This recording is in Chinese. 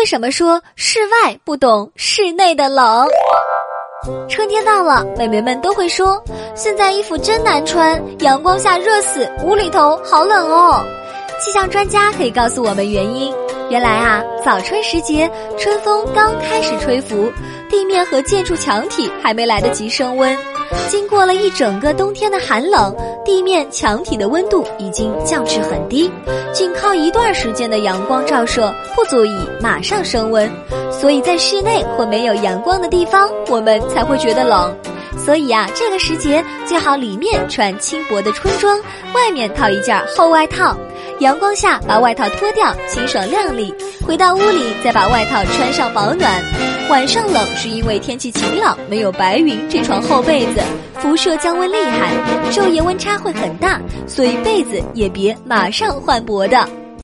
为什么说室外不懂室内的冷？春天到了，妹妹们都会说，现在衣服真难穿，阳光下热死，屋里头好冷哦。气象专家可以告诉我们原因，原来啊，早春时节，春风刚开始吹拂，地面和建筑墙体还没来得及升温，经过了一整个冬天的寒冷，地面墙体的温度已经降至很低，仅靠一段时间的阳光照射不足以马上升温，所以在室内或没有阳光的地方，我们才会觉得冷。所以啊，这个时节最好里面穿轻薄的春装，外面套一件厚外套，阳光下把外套脱掉，清爽亮丽，回到屋里再把外套穿上保暖。晚上冷是因为天气晴朗，没有白云这床厚被子，辐射降温厉害，昼夜温差会很大，所以被子也别马上换薄的。